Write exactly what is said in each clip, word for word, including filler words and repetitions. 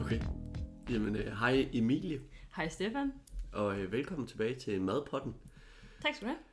Okay. Jamen, øh, hej Emilie. Hej Stefan. Og øh, velkommen tilbage til Madpotten. Tak skal du have.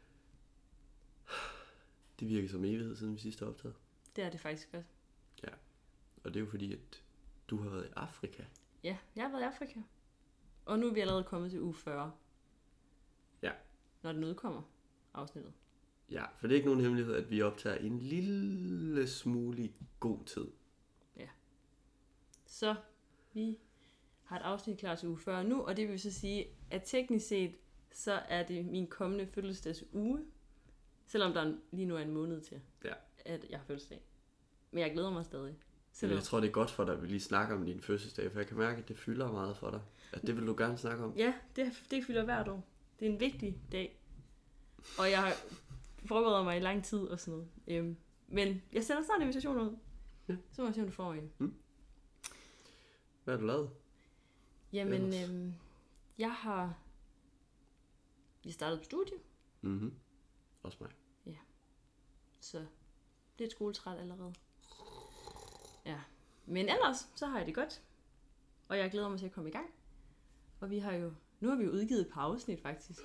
Det virker som evighed siden vi sidste optagede. Det er det faktisk også. Ja, og det er jo fordi, at du har været i Afrika. Ja, jeg har været i Afrika. Og nu er vi allerede kommet til uge fyrre. Ja. Når den udkommer, afsnittet. Ja, for det er ikke nogen hemmelighed, at vi optager en lille smule i god tid. Ja. Så vi har et afsnit klar til uge fyrre nu, og det vil så sige, at teknisk set, så er det min kommende fødselsdags uge. Selvom der lige nu er en måned til, ja. at jeg har fødselsdag. Men jeg glæder mig stadig. Men jeg tror, det er godt for dig, at vi lige snakker om din fødselsdag, for jeg kan mærke, at det fylder meget for dig. At det vil du gerne snakke om. Ja, det, det fylder hvert år. Det er en vigtig dag. Og jeg har forberedt mig i lang tid og sådan noget. Øhm, men jeg sender snart en invitation ud. Ja. Så må jeg se, om du får en. Mm. Hvad har du lavet? Jamen, øhm, jeg har... Vi startede på studie. Mhm. Også mig. Ja. Så lidt skoletræt allerede. Ja. Men ellers, så har jeg det godt. Og jeg glæder mig til at komme i gang. Og vi har jo... Nu har vi jo udgivet et par afsnit, faktisk.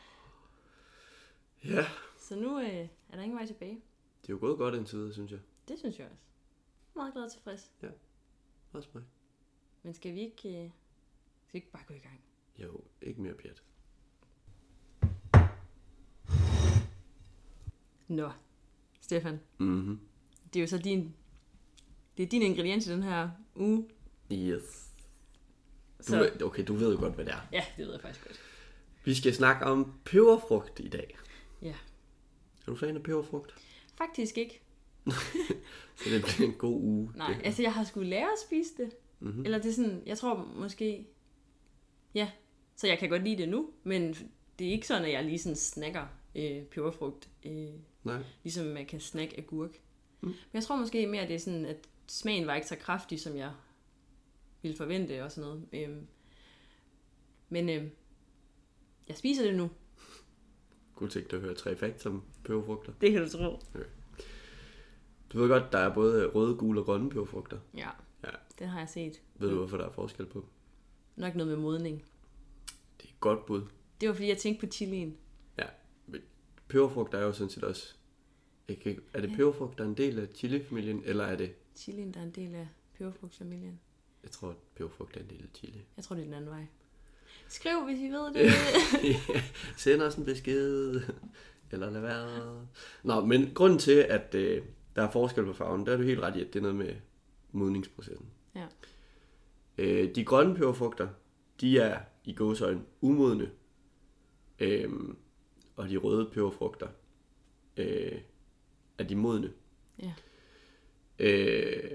Ja. Så nu øh, er der ingen vej tilbage. Det er jo gået godt indtil videre, synes jeg. Det synes jeg også. Meget glad og tilfreds. Ja. Også mig. Men skal vi ikke... Øh, skal vi ikke bare gå i gang? Jo, ikke mere pjat. Nå, Stefan. Mhm. Det er jo så din... Det er din ingrediens i den her uge. Yes. Du Så, ved, okay, du ved jo godt, hvad det er. ja, det ved jeg faktisk godt. Vi skal snakke om peberfrugt i dag. Ja. Er du fan af peberfrugt? Faktisk ikke. Så det bliver en god uge. Nej, det. altså jeg har skulle lære at spise det. Mm-hmm. Eller det er sådan, jeg tror måske... Ja, så jeg kan godt lide det nu, men det er ikke sådan, at jeg lige sådan snakker øh, peberfrugt. Øh, Nej. ligesom man kan snakke agurk. Mm. Men jeg tror måske mere, at det er sådan, at smagen var ikke så kraftig, som jeg ville forvente og sådan noget. Øhm, men øh, jeg spiser det nu. God tænke dig at høre tre facts om peberfrugter. Det kan du tro. Okay. Du ved godt, der er både røde, gule og grønne peberfrugter. Ja, Ja. det har jeg set. Ved du, hvorfor der er forskel på? Nok noget med modning. Det er et godt bud. Det var fordi, jeg tænkte på chilien. Ja. Peberfrugt er jo sådan set også... Ikke, er det peberfrugt, der er en del af chilifamilien, eller er det... Chilien, der er en del af peberfrugtfamilien. Jeg tror, at peberfrugt er en del af chili. Jeg tror, det er den anden vej. Skriv, hvis I ved det. Ja, send os en besked. Eller lad være. Nå, men grunden til, at øh, der er forskel på farven, der er du helt ret i, at det er noget med modningsprocessen. Ja. Øh, de grønne peberfrugter, de er i gåseøjne umodne. Øh, og de røde peberfrugter øh, er de modne. Ja. Øh,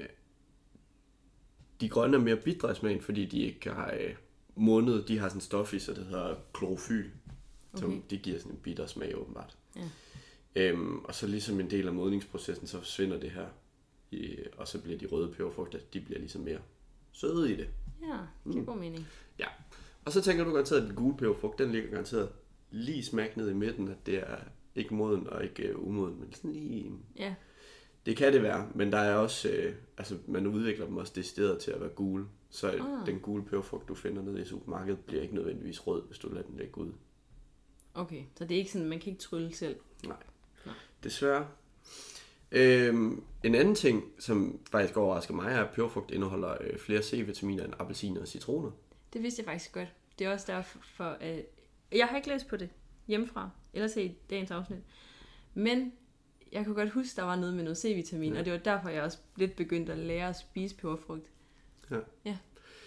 de grønne er mere bitre i smagen, fordi de ikke har øh, modnet. De har sådan en stof i sig, der hedder klorofyl. Okay. Som det giver sådan en bitter smag åbenbart. Ja. Øhm, og så ligesom en del af modningsprocessen, så forsvinder det her. I, og så bliver de røde peberfrugter, de bliver ligesom mere søde i det. Ja, det er god mening. Ja. Og så tænker du garanteret, at den gule peberfrugt, den ligger garanteret lige smæk ned i midten, at det er ikke moden og ikke uh, umoden, men sådan lige... Ja. Det kan det være, men der er også, øh, altså man udvikler dem også decideret til at være gule. Så Ah. den gule peberfrugt, du finder nede i supermarkedet, bliver ikke nødvendigvis rød, hvis du lader den ligge ud. Okay, så det er ikke sådan, man kan ikke trylle selv. Nej, Nej. desværre. Øhm, en anden ting, som faktisk overrasker mig, er, at peberfrugt indeholder øh, flere C-vitaminer end appelsiner og citroner. Det vidste jeg faktisk godt. Det er også derfor, at jeg har ikke læst på det hjemmefra, eller set dagens afsnit. Men jeg kunne godt huske, der var noget med noget C-vitamin, ja. Og det var derfor, jeg også lidt begyndte at lære at spise peberfrugt. Ja. Ja.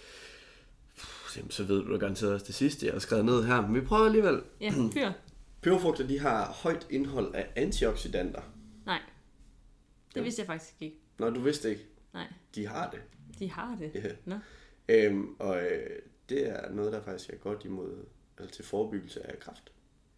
Jamen, så ved du garanteret også det sidste, jeg har skrevet ned her. Men vi prøver alligevel. Ja, fyr. Peberfrugter, de har højt indhold af antioxidanter. Nej, det Ja. vidste jeg faktisk ikke. Nå, du vidste ikke. Nej, De har det. de har det. Ja. Nå. Øhm, og øh, det er noget, der faktisk er godt imod, altså til forebyggelse af kræft.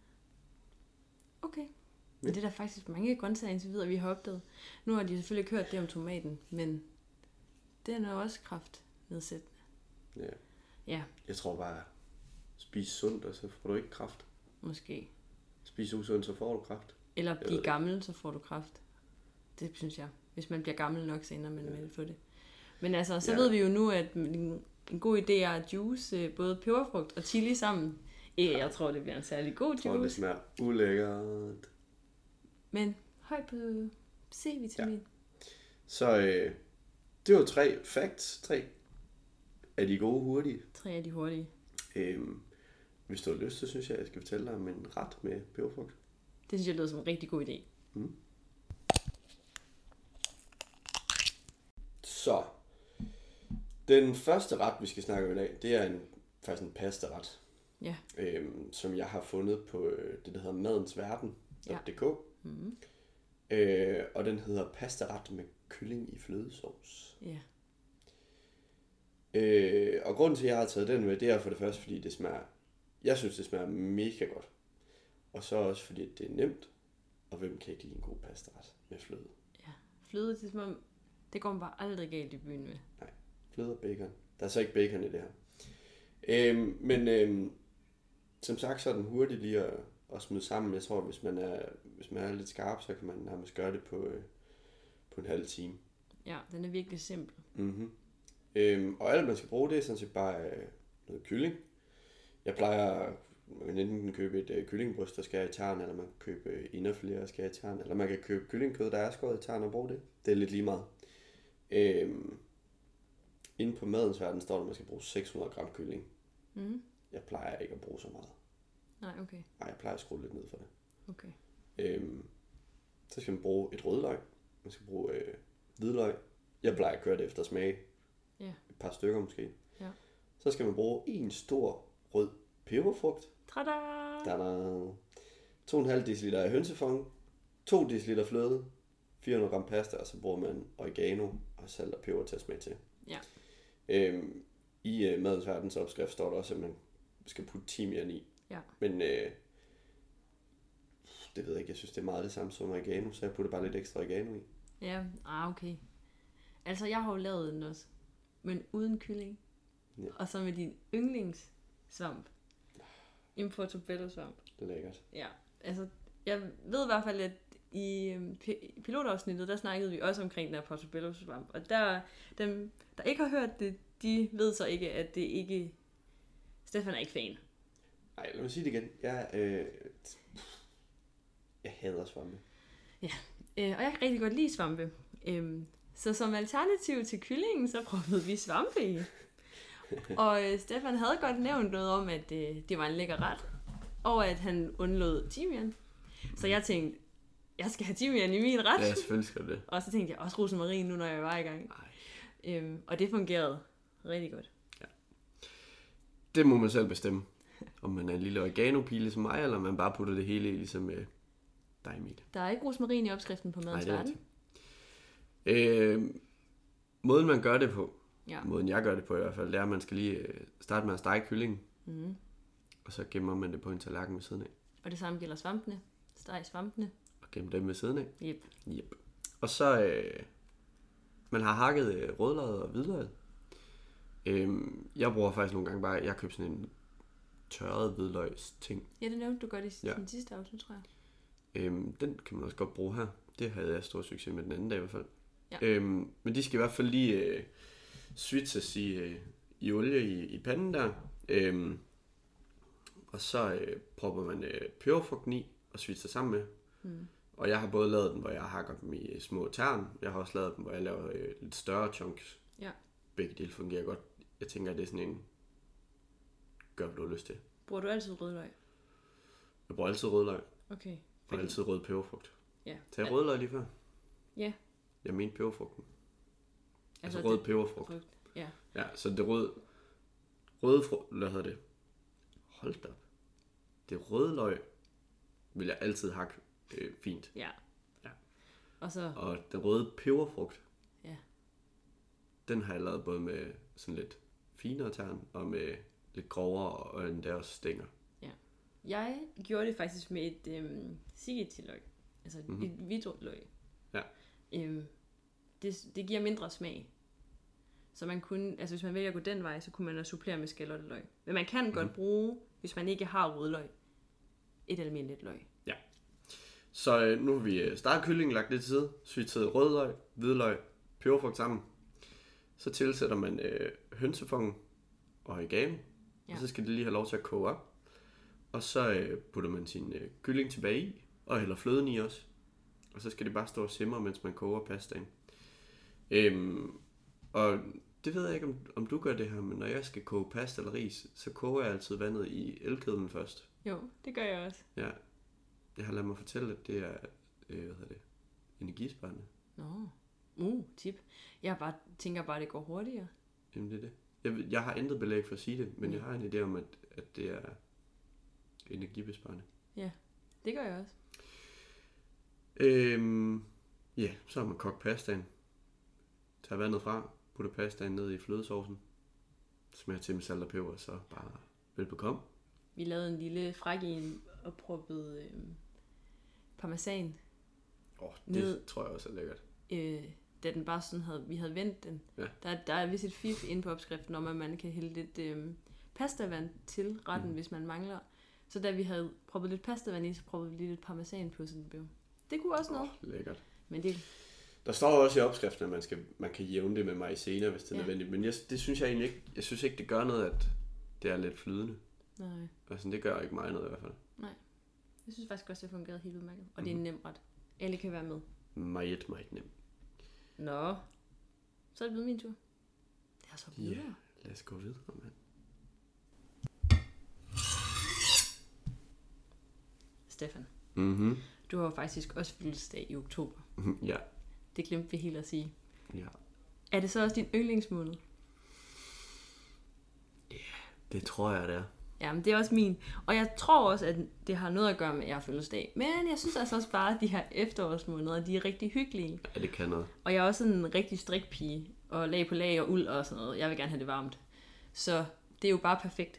Okay. Men det er der faktisk mange grøntsager indtil videre, vi har opdaget. Nu har de selvfølgelig ikke hørt det om tomaten, men den er også kraftnedsættende. Ja. Ja, Jeg tror bare, spis sundt, og så får du ikke kræft. måske. Spis usundt, så får du kræft. Eller ved blive det. gammel, så får du kræft. Det synes jeg. Hvis man bliver gammel nok, så ender man med at få det. Men altså, så Ja. ved vi jo nu, at en god idé er at juice øh, både peberfrugt og chili sammen. Ikke, jeg tror, det bliver en særlig god juice. Jeg tror, det smager ulækkert. Men højt på C-vitamin. Ja. Så øh, det var tre facts. Tre af de gode hurtige. Tre af de hurtige. Øhm, hvis du har lyst, så synes jeg, at jeg skal fortælle dig om en ret med peberfrugt. Det synes jeg lyder som en rigtig god idé. Mm. Så, den første ret, vi skal snakke om i dag, det er en, faktisk en pastaret, Ja. øhm, som jeg har fundet på øh, det, der hedder madensverden punktum d k. Ja. Mm. Øh, og den hedder pastaret med kylling i flødesovs. Ja. Øh, og grunden til, at jeg har taget den med, det er for det første, fordi det smager, jeg synes, det smager mega godt. Og så også fordi, det er nemt, og hvem kan ikke lide en god pastaret med fløde? Ja. Fløde, det er som om, det går man bare aldrig galt i byen med. Nej, fløde og bacon. Der er så ikke bacon i det her. Øhm, men øhm, som sagt, så er den hurtigt lige at, at smide sammen. Jeg tror, hvis man er, hvis man er lidt skarp, så kan man nærmest gøre det på, øh, på en halv time. Ja, den er virkelig simpel. Mm-hmm. Øhm, og alt man skal bruge, det er sådan set bare øh, noget kylling. Jeg plejer, man kan enten købe et øh, kyllingbryst, der skal i tern, eller man kan købe øh, inderfilet, der skal i tern, eller man kan købe kyllingkød, der er skåret i tern og bruge det. Det er lidt lige meget. Øhm, inde på madens verden står der, at man skal bruge seks hundrede gram kylling. Mm. Jeg plejer ikke at bruge så meget. Nej, okay. Nej, jeg plejer at skrue lidt ned for det. Okay. Øhm, så skal man bruge et rødløg. Man skal bruge øh, hvidløg. Jeg plejer at køre det efter smag. Ja. Et par stykker måske. Ja. Så skal man bruge en stor rød peberfrugt. Tada! Der er to komma fem deciliter af hønsefong, to deciliter fløde, fire hundrede gram pasta, og så bruger man oregano og salt og peber til at smage til. Ja. Øhm, I øh, madens verdens opskrift står der også, at man skal putte timian i. Ja. Men øh, det ved jeg ikke, jeg synes det er meget det samme som oregano, så jeg putter bare lidt ekstra oregano i. Ja, ah, okay. Altså, jeg har jo lavet den også, men uden kylling. Ja. Og så med din yndlingssvamp. En portobello-svamp. Lækkert. Ja, altså, jeg ved i hvert fald, at i øhm, pi- pilotafsnittet, der snakkede vi også omkring den her portobello-svamp. Og der, dem, der ikke har hørt det, de ved så ikke, at det ikke... Stefan er ikke fan. Ej, lad mig sige det igen. Jeg, øh, jeg hader svampe. Ja, øh, og jeg kan rigtig godt lide svampe. Øhm, så som alternativ til kyllingen, så prøvede vi svampe i. Og øh, Stefan havde godt nævnt noget om, at øh, det var en lækker ret, og at han undlod timian. Så jeg tænkte, jeg skal have timian i min ret. Ja, selvfølgelig skal det. Og så tænkte jeg også rosmarin nu, når jeg var i gang. Øhm, og det fungerede rigtig godt. Ja. Det må man selv bestemme. Om man er en lille oregano-pile som mig, eller man bare putter det hele i, ligesom øh, dig, Emil. Der er ikke rosmarin i opskriften på madens verden. Øh, måden man gør det på, Ja. måden jeg gør det på i hvert fald, det er, at man skal lige øh, starte med at stege kyllingen, Mm. og så gemmer man det på en tallerken ved siden af, Og det samme gælder svampene. Steg svampene. og gemmer dem ved siden af. Yep. Yep. Og så, øh, man har hakket øh, rødløget og hvidløget. Øh, jeg bruger faktisk nogle gange bare, jeg køber sådan en tørret hvidløgs ting. Ja, det nævnte du godt i Ja. den sidste afsnit, tror jeg. Øhm, den kan man også godt bruge her. Det havde jeg stor succes med den anden dag i hvert fald. Ja. Øhm, men de skal i hvert fald lige øh, switches i, øh, i olie i, i panden der. Øhm, og så øh, propper man øh, peberfrugten i og switcher sammen med. Mm. Og jeg har både lavet den, hvor jeg hakker dem i små tern. Jeg har også lavet dem, hvor jeg laver øh, lidt større chunks. Ja. Begge dele fungerer godt. Jeg tænker, at det er sådan en... Gør, hvad du har lyst til. Bruger du altid rødløg? Jeg bruger altid rødløg. Okay. Og altid rød peberfrugt. Ja. Tag rødløg lige før. Ja. Jeg mente peberfrugten. Altså, Altså rød det- peberfrugt. Frugt. Ja. Ja, så det rød... Røde frugt... Hvad hedder det? Hold da op. Det røde løg vil jeg altid hakke øh, fint. Ja. Ja. Og så... Og den røde peberfrugt, Ja. den har jeg lavet både med sådan lidt finere tern, og med lidt grovere, og endda også stænger. Jeg gjorde det faktisk med et øhm, sigeti-løg. Altså Mhm. mm-hmm. et hvidt løg. Ja. Øhm, det, det giver mindre smag. Så man kunne, altså hvis man vælger at gå den vej, så kunne man også supplere med skalotløg. Men man kan mm-hmm. godt bruge, hvis man ikke har rødløg, et almindeligt løg. Så øh, nu har vi øh, startet kyllingen, lagt lidt til side, switchet rødløg, hvidløg, peberfrugt sammen. Så tilsætter man øh, hønsefongen oregano. Ja. Og så skal det lige have lov til at koge op. Og så øh, putter man sin øh, kylling tilbage i, og hælder fløden i også. Og så skal det bare stå og simre, mens man koger pastaen. Øhm, og det ved jeg ikke, om, om du gør det her, men når jeg skal koge pasta eller ris, så koger jeg altid vandet i elkedlen først. Jo, det gør jeg også. Ja, jeg har ladet mig fortælle, at det er, øh, hvad hedder det, energisparende. Nå, uh, tip. Jeg bare, tænker bare, at det går hurtigere. Jamen det er det. Jeg, jeg har intet belæg for at sige det, men mm. jeg har en idé om, at, at det er energibesparende. Ja, det gør jeg også. Øhm, ja, så har man kogt pastaen. Tager vandet fra, putter pastaen ned i flødesaucen. Smager til med salt og peber, så bare velbekomme. Vi lavede en lille fræk en og proppede øh, parmesan. Åh, oh, det ned, tror jeg også er lækkert. Øh, da den bare sådan havde, vi havde vendt den. Ja. Der, der er vist et fif inde på opskriften om, at man kan hælde lidt øh, pastavand til retten, mm. hvis man mangler. Så da vi havde proppet lidt pastavand i, så proppede vi lidt parmesan på, så den blev. Det kunne også noget. Oh, lækkert. Men det... Der står også i opskriften, at man, skal, man kan jævne det med maizena, hvis det er ja. nødvendigt. Men jeg, det synes jeg egentlig ikke. Jeg synes ikke, det gør noget, at det er lidt flydende. Nej. Altså, det gør ikke mig noget i hvert fald. Nej. Jeg synes faktisk også, det fungerede helt udmærket. Og mm. det er en nem ret. Alle kan være med. Meget, meget nem. Nå. Så er det blevet min tur. Det er så videre. Ja, lad os gå videre, mand. Stefan. Mhm. Du har jo faktisk også fødselsdag i oktober. Mm-hmm. Ja. Det glemte vi helt at sige. Ja. Er det så også din yndlingsmåned? Ja, yeah, det tror jeg, det er. Jamen, det er også min. Og jeg tror også, at det har noget at gøre med, at jeg har fødselsdag. Men jeg synes altså også bare, at de her efterårsmåneder, de er rigtig hyggelige. Ja, det kan noget. Og jeg er også en rigtig strikpige. Og lag på lag og uld og sådan noget. Jeg vil gerne have det varmt. Så det er jo bare perfekt.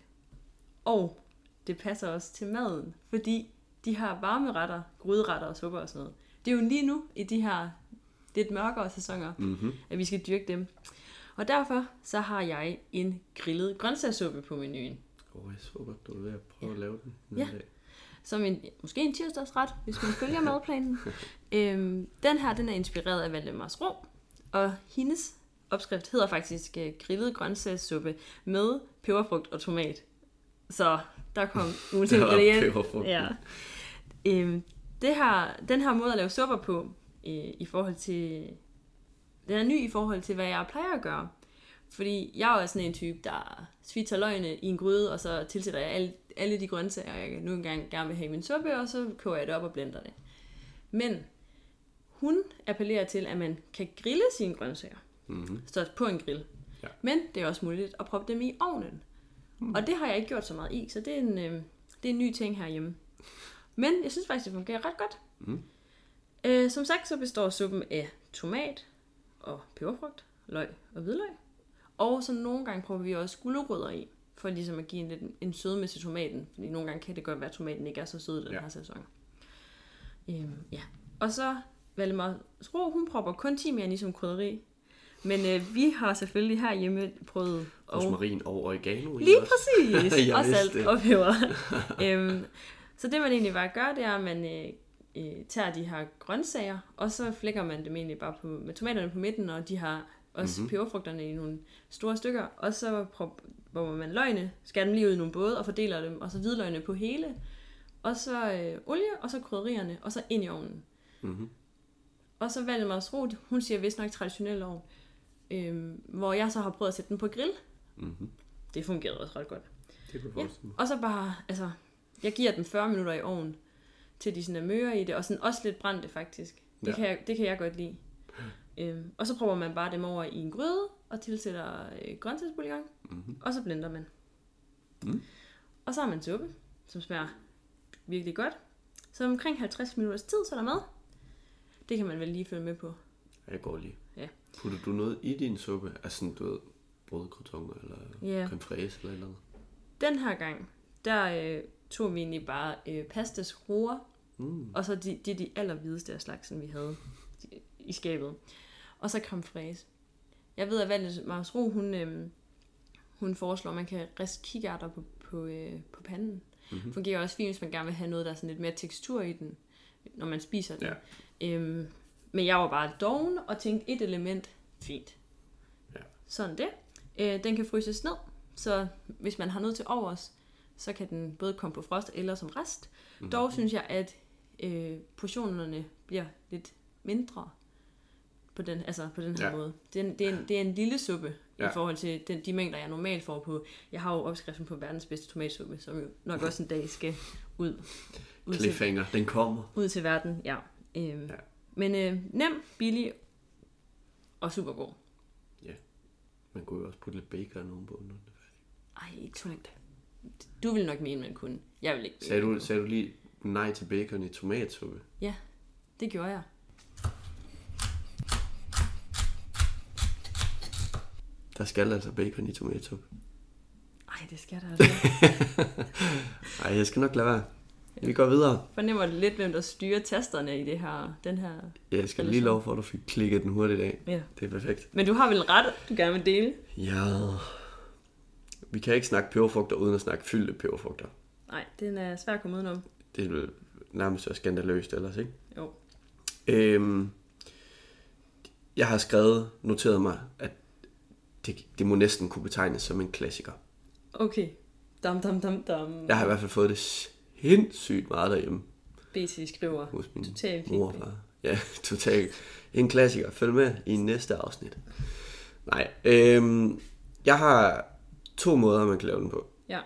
Og det passer også til maden. Fordi de har varme retter, gryderetter og suppe og sådan noget. Det er jo lige nu i de her lidt mørkere sæsoner, mm-hmm. at vi skal dyrke dem. Og derfor så har jeg en grillet grøntsagssuppe på menuen. Åh, oh, jeg så godt, du er ved at prøve ja. at lave den. Ja, dag. Som en, måske en tirsdagsret, hvis man følger madplanen. øhm, den her, den er inspireret af Valdemars Ro, og hendes opskrift hedder faktisk uh, grillet grøntsagssuppe med peberfrugt og tomat. Så der kom nogle ting ingredienser. Ja. Øhm, det her, den her måde at lave supper på, øh, i forhold til, den er ny i forhold til, hvad jeg plejer at gøre. Fordi jeg er jo sådan en type, der svitser løgene i en gryde, og så tilsætter jeg alle, alle de grøntsager, jeg nu engang gerne vil have i min suppe, og så koger jeg det op og blender det. Men hun appellerer til, at man kan grille sine grøntsager. Mm-hmm. Så på en grill. Ja. Men det er også muligt at proppe dem i ovnen. Mm. Og det har jeg ikke gjort så meget i, så det er en, øh, det er en ny ting herhjemme. Men jeg synes faktisk, det fungerer ret godt. Mm. Øh, som sagt, så består suppen af tomat og peberfrugt, løg og hvidløg. Og så nogle gange prøver vi også gulerødder i, for ligesom at give en, lidt, en sødme til tomaten. Fordi nogle gange kan det godt være, at tomaten ikke er så sød den ja. her sæson. Øhm, ja. Og så Valdemars Ro, hun propper kun timian i som krydderi. Men øh, vi har selvfølgelig herhjemme prøvet... Rosmarin og oregano. Lige præcis! Og salt og peber. øhm, så det man egentlig bare gør, det er, at man øh, øh, tager de her grøntsager, og så flækker man dem egentlig bare på, med tomaterne på midten, og de har også mm-hmm. peberfrugterne i nogle store stykker. Og så prøver man løgene, skærer dem lige ud i nogle både, og fordeler dem, og så hvidløgene på hele. Og så øh, olie, og så krydderierne, og så ind i ovnen. Mm-hmm. Og så Valdemars Ro, hun siger vist nok traditionel ovn. Øhm, hvor jeg så har prøvet at sætte den på grill. Mm-hmm. Det fungerede også ret godt. Det kunne ja. Og så bare, altså, jeg giver dem fyrre minutter i ovnen, til de sådan er møre i det, og sådan også lidt brændte faktisk. Det, ja. kan, jeg, det kan jeg godt lide. øhm, og så prøver man bare dem over i en gryde, og tilsætter øh, grøntsagsbouillon, mm-hmm. og så blender man. Mm. Og så har man suppe, som smager virkelig godt. Så omkring halvtreds minutters tid, så er der mad. Det kan man vel lige følge med på. Jeg går lige. Ja. Putter du noget i din suppe? Altså sådan, du ved, brødkrotonger eller yeah. creme fraise eller eller andet? Den her gang, der øh, tog vi egentlig bare øh, pastaskruer, mm. og så de, de, de allerhvideste af slagsen, vi havde i skabet. Og så creme fraise. Jeg ved, at Valdemars Ro, hun, øh, hun foreslår, at man kan riste kikærter på, på, øh, på panden. Mm-hmm. Fungerer også fint, hvis man gerne vil have noget, der er sådan lidt mere tekstur i den, når man spiser den. Ja. Øhm, Men jeg var bare doven og tænkte et element, fint. Ja. Sådan det. Øh, den kan fryses ned så hvis man har noget til overs, så kan den både komme på frost eller som rest. Mm. Dog synes jeg, at øh, portionerne bliver lidt mindre på den, altså på den her Ja. måde. Det er, en, det, er en, det er en lille suppe Ja. i forhold til den, de mængder, jeg normalt får på. Jeg har jo opskriften på verdens bedste tomatsuppe, som jo nok også en dag skal ud, ud, til, Cliffhanger, den kommer. ud til verden. Ja. Øhm, Ja. Men øh, nem, billig og super god. Man kunne jo også putte lidt bacon ovenpå. Når det er færdigt. Ej, ikke to. Du vil nok mene, man kunne. Jeg vil ikke. Sagde du, sagde du lige nej til bacon i tomatsuppe? Ja, det gjorde jeg. Der skal altså bacon i tomatsuppe. Ej, det skal der altså. Ej, jeg skal nok lade være. Vi går videre. Fornemmer det lidt, hvem der styrer tasterne i det her, den her... Jeg skal lige love for, at du fik klikket den hurtigt af. Ja. Det er perfekt. Men du har vel en ret, du gerne vil dele? Ja. Vi kan ikke snakke peberfrugter uden at snakke fyldte peberfrugter. Nej, den er svær at komme udenom. Det er vel nærmest så skandaløst ellers, ikke? Jo. Øhm, jeg har skrevet, noteret mig, at det, det må næsten kunne betegnes som en klassiker. Okay. Dam, dam, dam, dam. Jeg har i hvert fald fået det sindssygt meget derhjemme B T skriver. hos min Totalt mor og far. Ja, totalt. En klassiker. Følg med i næste afsnit. Nej, øhm, jeg har to måder, man kan lave den på. Ja.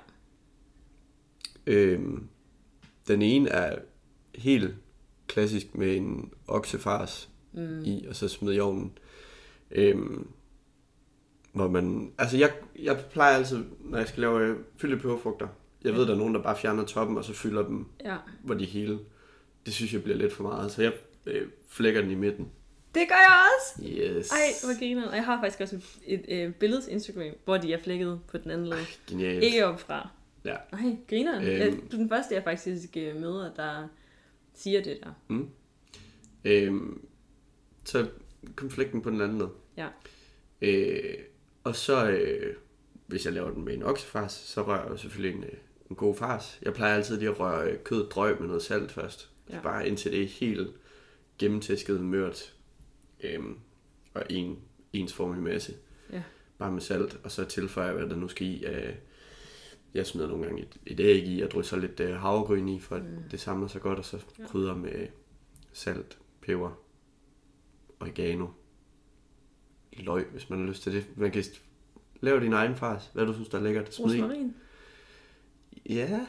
Øhm, den ene er helt klassisk med en oksefars mm. i, og så smide i ovnen. Øhm, hvor man, altså jeg, jeg plejer altid, når jeg skal lave fyldte peberfrugter, jeg ved, der er nogen, der bare fjerner toppen, og så fylder dem, Ja. hvor de hele. Det synes jeg bliver lidt for meget, så jeg øh, flækker den i midten. Det gør jeg også! Yes. Ej, hvor griner. Og jeg har faktisk også et, et, et billede til Instagram, hvor de er flækket på den anden led. Genialt. Ikke opfra. Ja. Ej, griner. Øhm. Øhm. Du er den første, jeg faktisk øh, møder, der siger det der. Mm. Øhm, så kom flækken på den anden led. Ja. Øh, og så, øh, hvis jeg laver den med en oksefars, så rører jeg jo selvfølgelig en, øh, en god fars. Jeg plejer altid lige at røre øh, kød drøg med noget salt først. Ja. Så bare indtil det er helt gennemtæsket mørt. Øhm, og en ensformig masse. Ja. Bare med salt, og så tilføjer jeg, hvad der nu skal i. Øh, jeg smider nogle gange et, et æg i, og drysser lidt øh, havregryn i, for at mm. det samler sig godt, og så Ja. krydder med salt, peber, oregano, løg, hvis man har lyst til det. Man kan lave din egen fars. Hvad du synes, der er lækkert. Smid i. Rosmarin. Ja.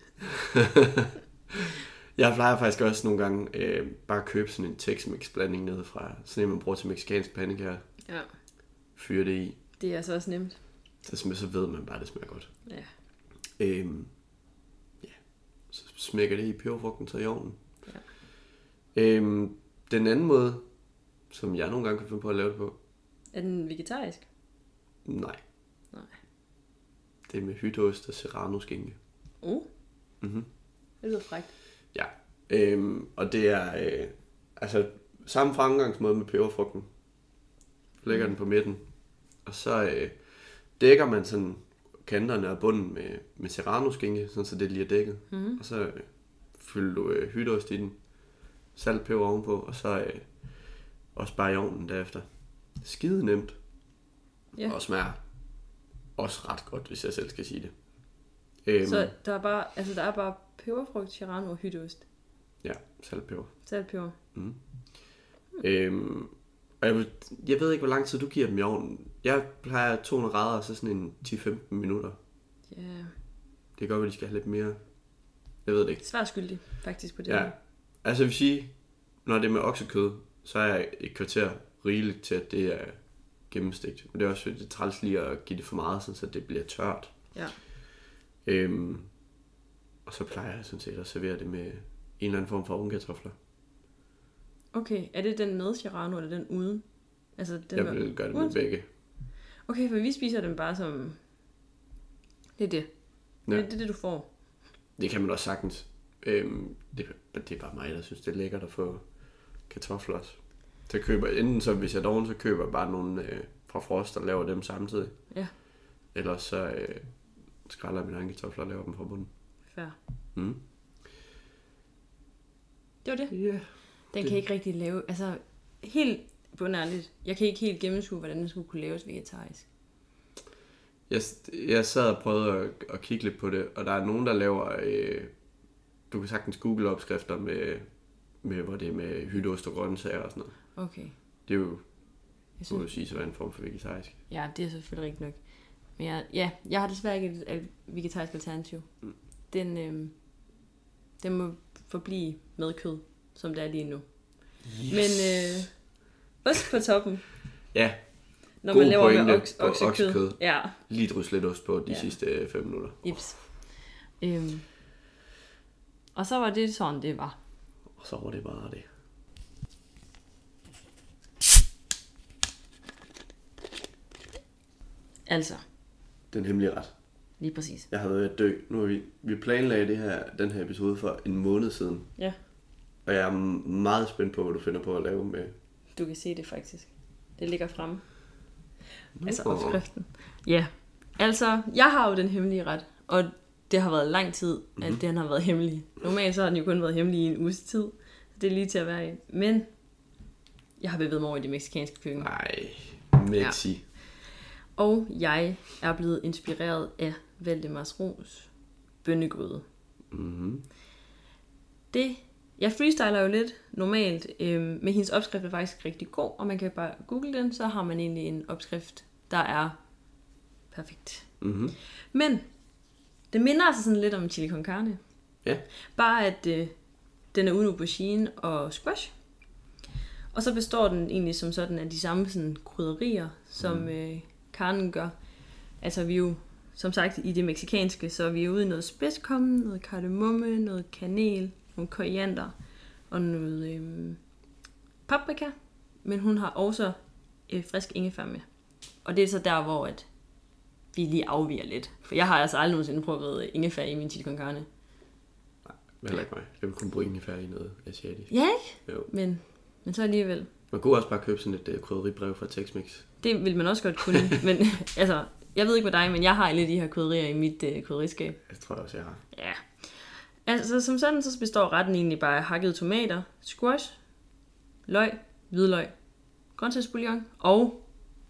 Jeg plejer faktisk også nogle gange øh, bare at købe sådan en Tex-Mex blanding nede fra, sådan en man bruger til mexicansk pandekager. Ja. Fyre det i. Det er altså også nemt. Så, så ved man bare, at det smager godt. Ja. Øhm, ja. Så smækker det i peberfrugten til i ovnen. Ja. Øhm, den anden måde, som jeg nogle gange kan finde på at lave det på. Er den vegetarisk? Nej. Nej. Det er med hytteost og serrano-skinke. Uh, Mm-hmm. det lyder frækt. Ja. Øhm, og det er øh, altså samme fremgangsmåde med peberfrugten. Lægger mm. den på midten. Og så øh, dækker man sådan kanterne og bunden med, med serrano-skinke, sådan så det lige er dækket. Mm-hmm. Og så øh, fylder du øh, hytteost i den. Salt, peber ovenpå. Og så øh, også bare i ovnen derefter. Skide nemt. Ja. Og smager også ret godt, hvis jeg selv skal sige det. Øhm, Så der er bare, altså der er bare peberfrugt, serrano og hytteost. Ja, saltpeber. Saltpeber. Mm. Øhm, og jeg, vil, jeg ved ikke, hvor lang tid du giver dem i ovnen. Jeg plejer to hundrede grader, så sådan en ti til femten minutter. Ja. Det kan godt være, de skal have lidt mere. Jeg ved det ikke. Svært skyldig, faktisk, på det Ja, her. altså jeg vil sige, når det er med oksekød, så er jeg et kvarter rigeligt til, at det er gennemstegt. Men det er også det er træls lige at give det for meget, så det bliver tørt. Ja. Øhm, og så plejer jeg sådan set at servere det med en eller anden form for ovnkartofler. Okay, er det den med serrano, eller den uden? Altså, den Jeg var- vil gøre det med Uanset- begge. Okay, for vi spiser dem bare som... Det er det. Ja. Det, det er det, du får. Det kan man også sagtens. Øhm, det, det er bare mig, der synes, det er lækkert at få kartofler også. Så jeg køber, enten så hvis jeg doven, så køber jeg bare nogle øh, fra Frost og laver dem samtidig. Ja. Ellers så øh, skræller jeg mine egne kartofler og laver dem fra bunden. Fair. Mm. Det var det. Ja. Yeah. Den Det- kan ikke rigtig lave... Altså, helt bundærligt. Jeg kan ikke helt gennemskue, hvordan den skulle kunne laves vegetarisk. jeg, jeg sad og prøvede at, at kigge lidt på det, og der er nogen, der laver, øh, du kan sagtens google opskrifter med, med hvor det er med hytteost og grøntsager og sådan noget. Okay. Det er jo, Jeg må jo synes, sige, så er en form for vegetarisk. ja, det er selvfølgelig rigtigt nok. Men jeg, ja, jeg har desværre ikke et, et vegetarisk alternativ. Mm. Den, øh, den må forblive med kød, som det er lige nu. Yes. Men øh, ost på toppen, Ja, når God man laver med pointe oks, på oksekød. oksekød. Ja, lige drys lidt ost på de Ja. sidste fem minutter. ips. Øhm. Og så var det sådan, det var. Og så var det bare det. Altså, Den hemmelige ret. lige præcis. Jeg har været ved at dø. Nu har vi, vi planlagde det her, den her episode for en måned siden. Ja, Og jeg er meget spændt på, hvad du finder på at lave med. du kan se det faktisk. Det ligger fremme. Nå. Altså opskriften. Ja, altså, jeg har jo den hemmelige ret, og det har været lang tid, at Mhm. mm-hmm. den har været hemmelig. Normalt så har den jo kun været hemmelig i en uges tid. Så det er lige til at være i. Men jeg har bevæget mig over i det mexicanske køkken. Nej, Mexi. Og jeg er blevet inspireret af Valdemars Ros bønnegryde. Mm-hmm. Det, jeg freestyler jo lidt normalt, øhm, men hendes opskrift er faktisk rigtig god, og man kan bare google den, så har man egentlig en opskrift, der er perfekt. Mm-hmm. Men det minder altså sådan lidt om chili con carne. Ja. Bare at øh, den er uden aubergine og squash. Og så består den egentlig som sådan af de samme sådan, krydderier, som mm. øh, carnen gør. Altså vi er jo, som sagt, i det mexicanske, så er vi ude i noget spidskommen, noget kardemomme, noget kanel, nogle koriander og noget øh, paprika. Men hun har også øh, frisk ingefær med. Og det er så der, hvor at vi lige afviger lidt. For jeg har altså aldrig nogensinde prøvet ingefær i min chili con carne. Heller ikke mig. Jeg vil kun bruge ingefær i noget asiatisk. Ja, ikke? Jo. Men, men så alligevel. Man kunne også bare købe sådan et uh, krydderibrev fra Tex-Mex. Det vil man også godt kunne. Men altså, jeg ved ikke med dig, men jeg har alle de her krydderier i mit øh, krydderiskab. Det tror jeg også, jeg har. Ja. Altså, som sådan, så består retten egentlig bare af hakkede tomater, squash, løg, hvidløg, grøntsagsbouillon og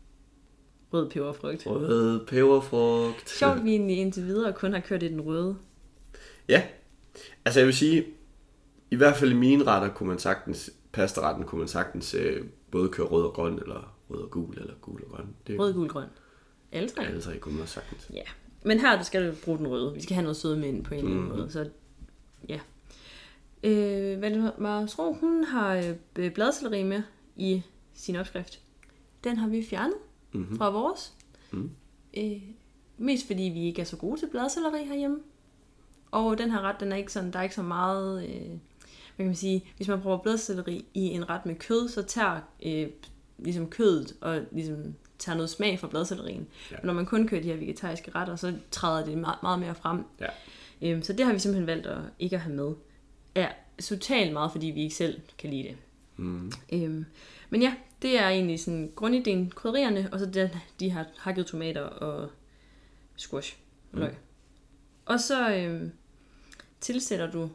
rød peberfrugt. Rød peberfrugt. Sjovt, at vi egentlig indtil videre kun har kørt i den røde. Ja. Altså jeg vil sige, i hvert fald i mine retter kunne man sagtens, pastaretten kunne man sagtens øh, både køre rød og grøn, eller rød og gul, eller gul og grøn. Det, Rød, gul, grøn. Alle tre. Alle tre kunne man også sagtens. Ja. Men her der skal du bruge den røde. Vi skal have noget søde med ind på en eller anden Mhm. måde. Så ja. Øh, Valdemars Ros, hun har øh, bladselleri med i sin opskrift. Den har vi fjernet Mm-hmm. fra vores. Mm. Øh, mest fordi vi ikke er så gode til bladselleri herhjemme. Og den her ret, den er ikke sådan, der er ikke så meget, øh, hvad kan man sige, hvis man bruger bladselleri i en ret med kød, så tager øh, ligesom kødet og ligesom tager noget smag fra bladsellerien. Ja. Når man kun kører de her vegetariske retter, så træder det meget, meget mere frem. Ja. Øhm, så det har vi simpelthen valgt at ikke at have med. Ja, totalt meget, fordi vi ikke selv kan lide det. Mm. Øhm, men ja, det er egentlig sådan grundideen, krydderierne, og så den, de her hakkede tomater og squash og løg. Mm. Og så øhm, tilsætter du,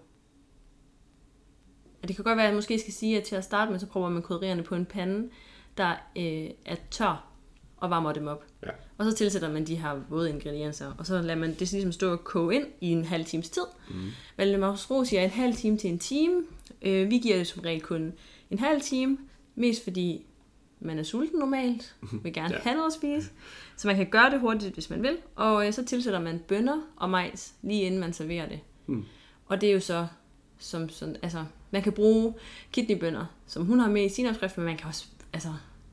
ja, det kan godt være, at jeg måske skal sige, at til at starte med, så prøver man krydderierne på en pande, der øh, er tør, og varmer dem op. Ja. Og så tilsætter man de her våde ingredienser, og så lader man det ligesom stå og koge ind i en halv times tid. Mm. Valdemars Ros siger en halv time til en time. Øh, vi giver det som regel kun en halv time, mest fordi man er sulten normalt, vil gerne Ja. have noget at spise. Så man kan gøre det hurtigt, hvis man vil. Og øh, så tilsætter man bønner og majs, lige inden man serverer det. Mm. Og det er jo så, som sådan, altså, man kan bruge kidneybønner, som hun har med i sin opskrift, men man kan også, altså,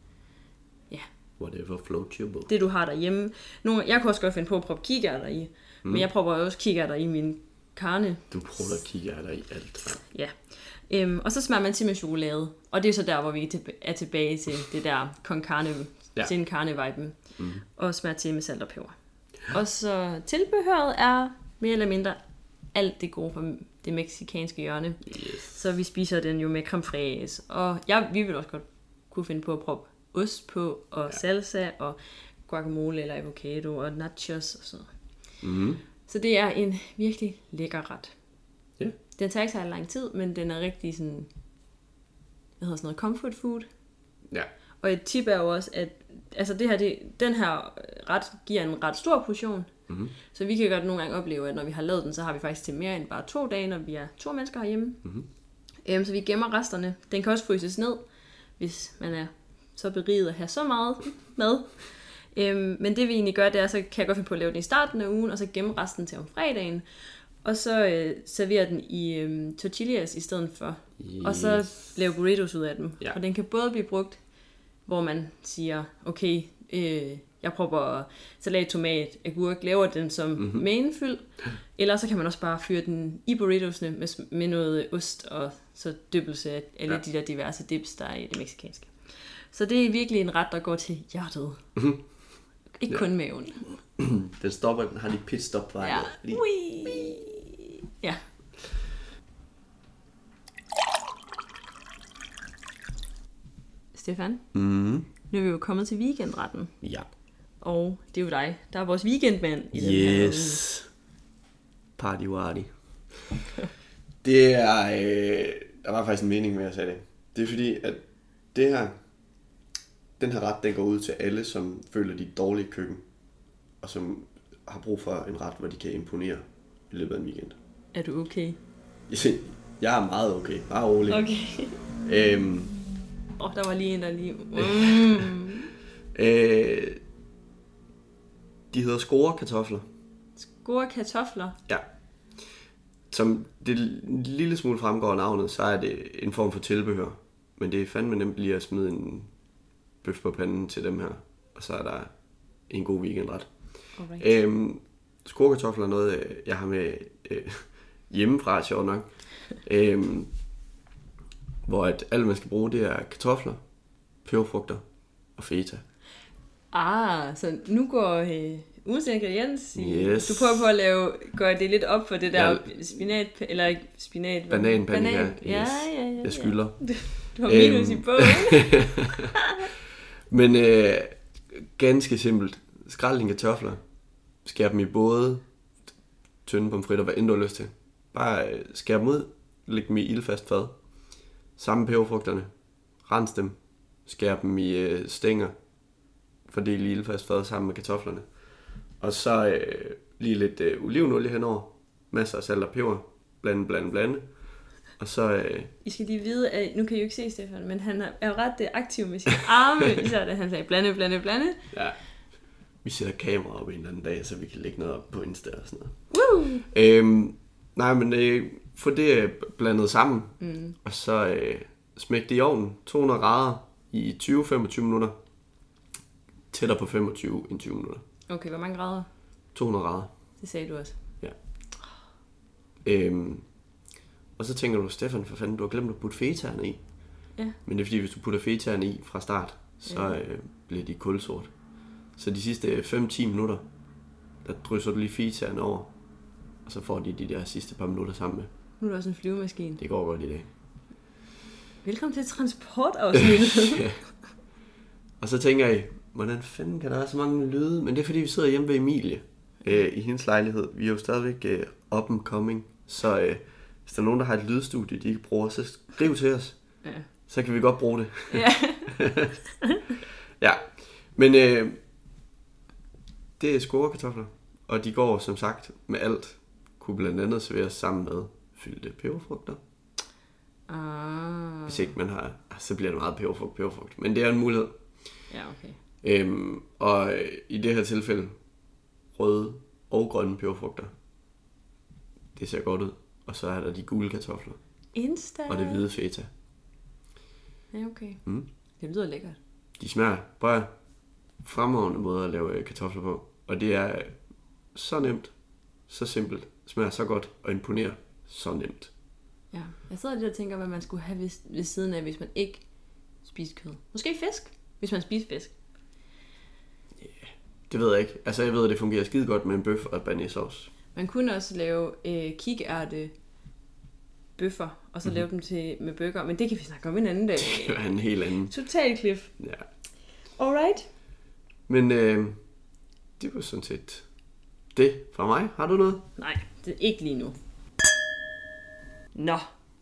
Whatever floats your boat. det du har derhjemme. Nogle, jeg kunne også godt finde på at proppe kikærter i, mm. men jeg propper også kikærter i min karne. Du prøver at kigge af dig i alt. Ja. Øhm, og så smager man til med chokolade. Og det er så der, hvor vi er tilbage til det der con carne, Ja. sin carne-viben. Mm. Og smager til med salt og peber. Og så tilbehøret er mere eller mindre alt det gode fra det mexicanske hjørne. Yes. Så vi spiser den jo med creme fraise. Og jeg, vi vil også godt kunne finde på at proppe ost på, og Ja. salsa, og guacamole eller avocado, og nachos og sådan noget. Mm. Så det er en virkelig lækker ret. Ja. Den tager ikke så lang tid, men den er rigtig sådan, hvad hedder sådan noget, comfort food. Ja. Og et tip er jo også, at altså det her, det, den her ret giver en ret stor portion. Mm-hmm. Så vi kan godt nogle gange opleve, at når vi har lavet den, så har vi faktisk til mere end bare to dage, når vi er to mennesker herhjemme. Mm-hmm. Øhm, så vi gemmer resterne. Den kan også fryses ned, hvis man er så beriget at have så meget mad. Øhm, men det vi egentlig gør, det er, så kan jeg godt finde på at lave den i starten af ugen, og så gemme resten til om fredagen. Og så øh, servere den i øh, tortillas i stedet for. Yes. Og så lave burritos ud af dem. Ja. Og den kan både blive brugt, hvor man siger, okay, øh, jeg prøver salat, tomat, agurk, laver den som mm-hmm. mainfyld. Eller så kan man også bare fyre den i burritosene med, med noget ost og så dyppelse af alle ja. de der diverse dips, der er i det mexikanske. Så det er virkelig en ret, der går til hjertet. Mm-hmm. Ikke ja. kun maven. Den stopper, den har lige pitstop på ja. Lige. Ja. Stefan, mm. nu er vi jo kommet til weekendretten. Ja. Og det er jo dig, der er vores weekendmand i den yes. her Yes. Party warty. Det er, øh, der var faktisk en mening med, at jeg sagde det. Det er fordi, at det her, den her ret, den går ud til alle, som føler, de er dårlige i køkken, og som har brug for en ret, hvor de kan imponere i løbet af en weekend. Er du okay? Jeg er meget okay. Bare rolig. Okay. Øhm, Åh, oh, der var lige en, der lige... Mm. øh, de hedder scorekartofler. Scorekartofler? Ja. Som det lille smule fremgår af navnet, så er det en form for tilbehør. Men det er fandme nemt lige at smide en bøf på panden til dem her. Og så er der en god weekendret. Øhm, scorekartofler er noget, jeg har med øh, hjemmefra, sjovt nok. øhm, hvor at alt, man skal bruge, det er kartofler, peberfrugter og feta. Ah, så nu går øh, ugens ingrediens i... Yes. Du prøver på at lave, gøre det lidt op for det der ja. spinat... Eller ikke spinat... Bananpanik, banan. yes. Ja, ja, ja. Jeg skylder. Ja. Du har minus øhm. i bogen. Men øh, ganske simpelt. Skræl dine kartofler. Skær dem i både tynde pomfritter, hvad end du har lyst til. Bare øh, skær dem ud. Læg dem i ildfast fad. Sammen peberfrugterne. Rens dem. Skær dem i øh, stænger. Fordel i ildfast fad sammen med kartoflerne. Og så øh, lige lidt øh, olivenolie henover. Masser af salt og peber. Blande, blande, blande. Og så... Øh... I skal lige vide, at nu kan I jo ikke se Stefan, men han er jo ret aktiv med sine arme, især da han sagde blande, blande, blande. Ja. Vi sætter kamera op en eller anden dag, så vi kan lægge noget op på Insta og sådan noget. Woo! Øhm, nej, men øh, få det blandet sammen, mm. og så øh, smæk det i ovnen, to hundrede grader i tyve til femogtyve minutter. Tættere på femogtyve end tyve minutter. Okay, hvor mange grader? to hundrede grader. Det sagde du også. Ja. Øhm, og så tænker du, Stefan, for fanden, du har glemt at putte fetaerne i. Ja. Men det er fordi, hvis du putter fetaerne i fra start, så ja. øh, bliver de kulsort. Så de sidste fem til ti minutter, der drysser du lige fetaerne over, og så får de de der sidste par minutter sammen med. Nu er der også en flyvemaskine. Det går godt i dag. Velkommen til transportafsnittet. Ja. Og så tænker I, hvordan fanden kan der være så mange lyde? Men det er fordi, vi sidder hjemme ved Emilie øh, i hendes lejlighed. Vi er jo stadigvæk øh, up and coming, så øh, hvis der er nogen, der har et lydstudie, de ikke bruger, så skriv til os. Ja. Så kan vi godt bruge det. Ja. Ja, men øh, det er scorekartofler, og de går som sagt med alt. Kunne blandt andet serveres sammen med fyldte peberfrugter. Ah. Hvis ikke man har, så bliver det meget peberfrugt, peberfrugt. Men det er en mulighed. Ja, okay. Øhm, og øh, i det her tilfælde, røde og grønne peberfrugter. Det ser godt ud. Og så er der de gule kartofler. Insta. Og det hvide feta. Ja, okay. Mm. Det lyder lækkert. De smager bare fremragende måde at lave kartofler på. Og det er så nemt, så simpelt, smager så godt og imponerer så nemt. Ja, jeg sidder lidt og tænker, hvad man skulle have ved, ved siden af, hvis man ikke spiser kød. Måske fisk, hvis man spiser fisk. Ja, yeah, det ved jeg ikke. Altså jeg ved, at det fungerer skide godt med en bøf og bearnaisesauce. Man kunne også lave øh, kikærte bøffer, og så mm-hmm. lave dem til med burger, men det kan vi snakke om en anden dag. Det er en helt anden. Total cliff. Ja. Alright. Men øh, det var sådan set det fra mig. Har du noget? Nej, det er ikke lige nu. Nå,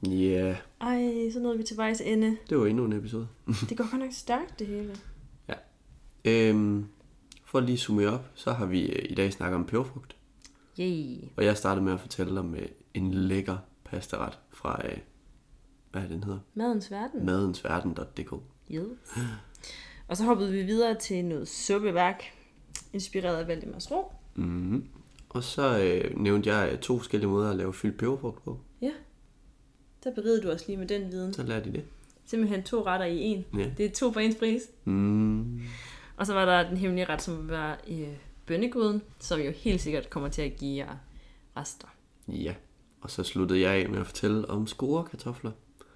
Ja. Yeah. Ej, så nåede vi til vejs ende. Det var endnu en episode. Det går godt nok stærkt, det hele. Ja. Øhm, for at lige summe op, så har vi øh, i dag snakket om peberfrugt. Yay. Og jeg startede med at fortælle om øh, en lækker pastaret fra, øh, hvad er den hedder? Madens Verden. Madensverden punktum d k. Yes. Og så hoppede vi videre til noget suppeværk, inspireret af Valdemars Ro. Mm-hmm. Og så øh, nævnte jeg to forskellige måder at lave fyldt peberfrugt på. Ja. Der berigede du os lige med den viden. Så lærte de det. Simpelthen to retter i en. Ja. Det er to for ens pris. Mm. Og så var der den hemmelige ret, som var øh, bønnegryden, som jo helt sikkert kommer til at give jer rester. Ja. Og så sluttede jeg af med at fortælle om scorekartofler.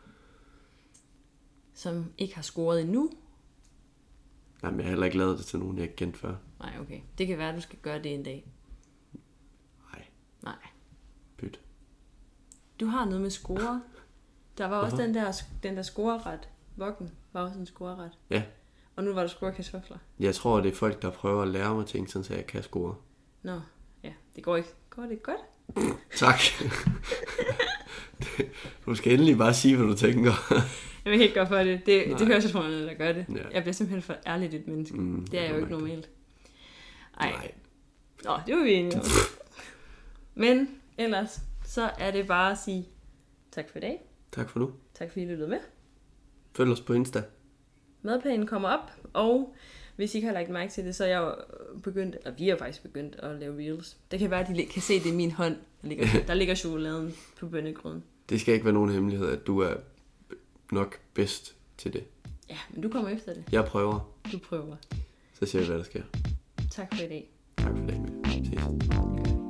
Som ikke har scoret endnu. Jamen, jeg har heller ikke lavet det til nogen, jeg ikke kendt før. Nej, okay. Det kan være, at du skal gøre det en dag. Nej. Nej. Pyt. Du har noget med score. Der var også Hvorfor? den der, den der scoreret. Vokken var også en scoreret. Ja. Og nu var der scorekartofler. Jeg tror, det er folk, der prøver at lære mig ting, sådan så jeg kan score. Nå, ja. Det går ikke. Går det godt? Tak. Du skal endelig bare sige, hvad du tænker. Jeg vil ikke gøre for det. Det, det hører sig fra noget, der gør det. Ja. Jeg bliver simpelthen for ærligt et menneske. Mm, det er jeg jo ikke mærke det. normalt. Ej. Nej. Nå, det var vi enige om. Men ellers, så er det bare at sige tak for i dag. Tak for nu. Tak fordi I lyttede med. Følg os på Insta. Madplanen kommer op, og hvis I ikke har lagt mærke til det, så er jeg jo begyndt, eller vi er jo faktisk begyndt at lave reels. Det kan være, at de kan se det i min hånd. Der ligger, der ligger chokoladen på bønnegryden. Det skal ikke være nogen hemmelighed, at du er nok bedst til det. Ja, men du kommer efter det. Jeg prøver, Du prøver. så ser vi, hvad der sker. Tak for i dag. Tak for det, Emilie. Ses. Det gør vi.